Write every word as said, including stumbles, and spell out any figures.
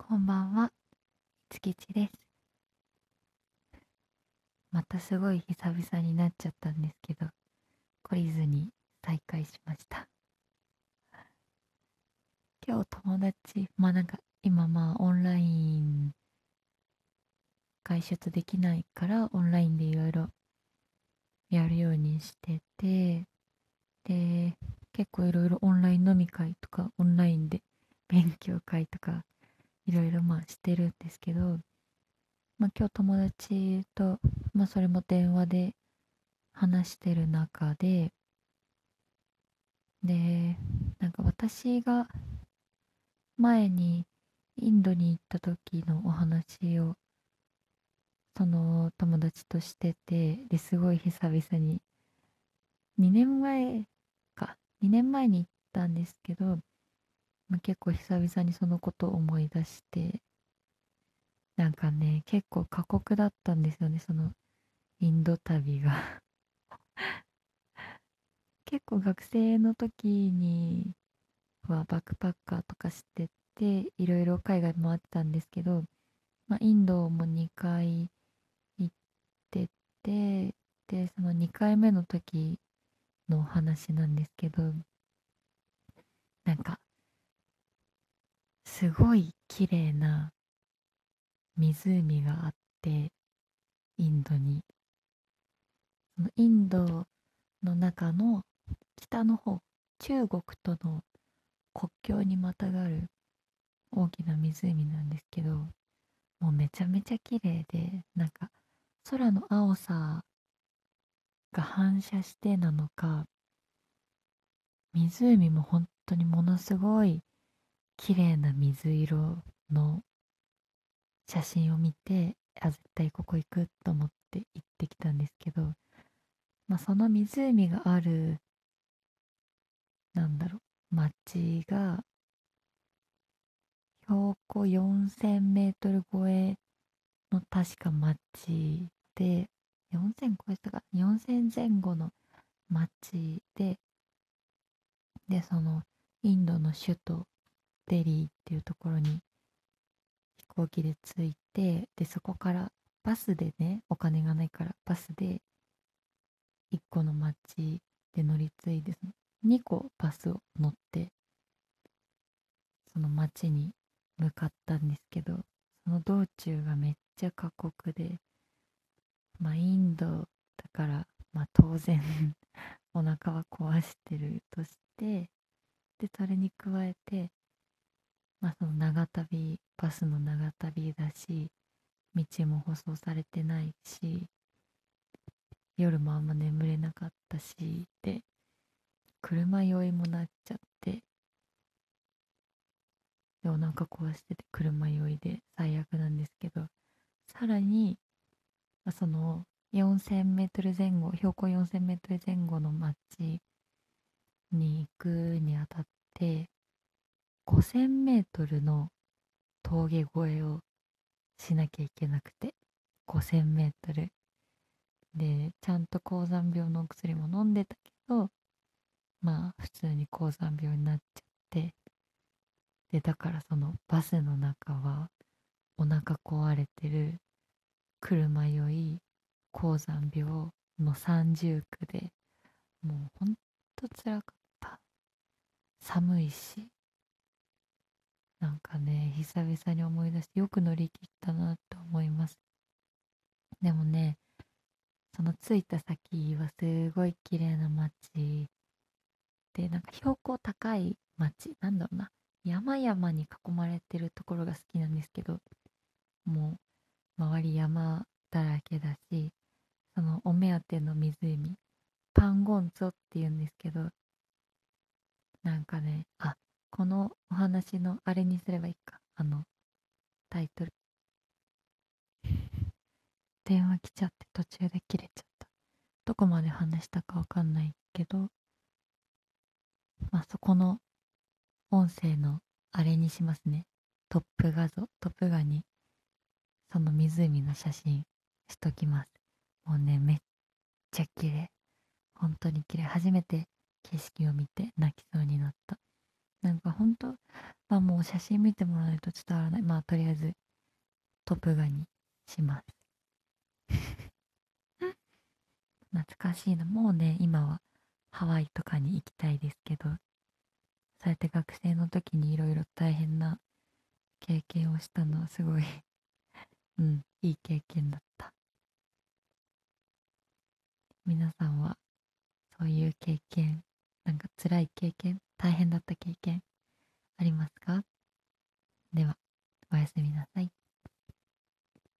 こんばんは、つきちです。またすごい久々になっちゃったんですけど、懲りずに再開しました。今日友達、まあなんか今まあオンライン外出できないからオンラインでいろいろやるようにしてて、で、結構いろいろオンライン飲み会とかオンラインで勉強会とかいろいろまあしてるんですけど、まあ今日友達と、まあそれも電話で話してる中で、で、なんか私が前にインドに行った時のお話をその友達としてて、ですごい久々ににねんまえかにねんまえに行ったんですけど、まあ、結構久々にそのことを思い出して、なんかね結構過酷だったんですよね、そのインド旅が。結構学生の時にはバックパッカーとかしてていろいろ海外回ってたんですけど、まあ、インドもにかい行ってて、で、そのにかいめの時のお話なんですけど、なんか、すごい綺麗な湖があって、インドに。そのインドの中の北の方、中国との国境にまたがる大きな湖なんですけど、もうめちゃめちゃ綺麗で、なんか、空の青さが反射してなのか、湖も本当にものすごい綺麗な水色の写真を見て、あ、絶対ここ行くと思って行ってきたんですけど、まあ、その湖がある、なんだろう、町が標高よんせんメートル超えの確か町で、よんせん超えたか、よんせんぜん後の町で、で、そのインドの首都デリーっていうところに飛行機で着いて、で、そこからバスでね、お金がないからバスでいっこの町で乗り継いで、そのにこバスを乗ってその町に向かったんですけど、その道中がめっちゃ過酷で、まあインドだから、まあ当然お腹は壊してるとして、で、それに加えて、まあその長旅、バスの長旅だし、道も舗装されてないし、夜もあんま眠れなかったし、で、車酔いもなっちゃって、で、お腹壊してて車酔いで最悪なんですけど、さらに、まあ、そのよんせんメートル前後、標高よんせんメートル前後の町に行くにあたって、ごせんメートルの峠越えをしなきゃいけなくて、ごせんメートル。で、ちゃんと高山病のお薬も飲んでたけど、まあ普通に高山病になっちゃって、で、だからそのバスの中はお腹壊れてる、車酔い、高山病の三重苦で、もうほんと辛かった。寒いし、なんかね、久々に思い出してよく乗り切ったなと思います。でもね、その着いた先はすごい綺麗な街で、なんか標高高い街、なんだろうな、山々に囲まれてるところが好きなんですけど、もう周り山だらけだし、そのお目当ての湖、パンゴンツォって言うんですけど、なんかね、あ、このお話のあれにすればいいか。あの、タイトル。電話来ちゃって途中で切れちゃった。どこまで話したかわかんないけど、まあそこの音声のあれにしますね。トップ画像、トップ画にその湖の写真しときます。もうね、めっちゃ綺麗。本当に綺麗。初めて景色を見て泣きそうになった。なんか本当、 はもう写真見てもらわないと伝わらない。まあとりあえずトップガンにします。懐かしいな。もうね、今はハワイとかに行きたいですけど、そうやって学生の時にいろいろ大変な経験をしたのはすごいうん、いい経験だった。皆さんはそういう経験、なんか辛い経験、大変だった経験ありますか？では、おやすみなさい。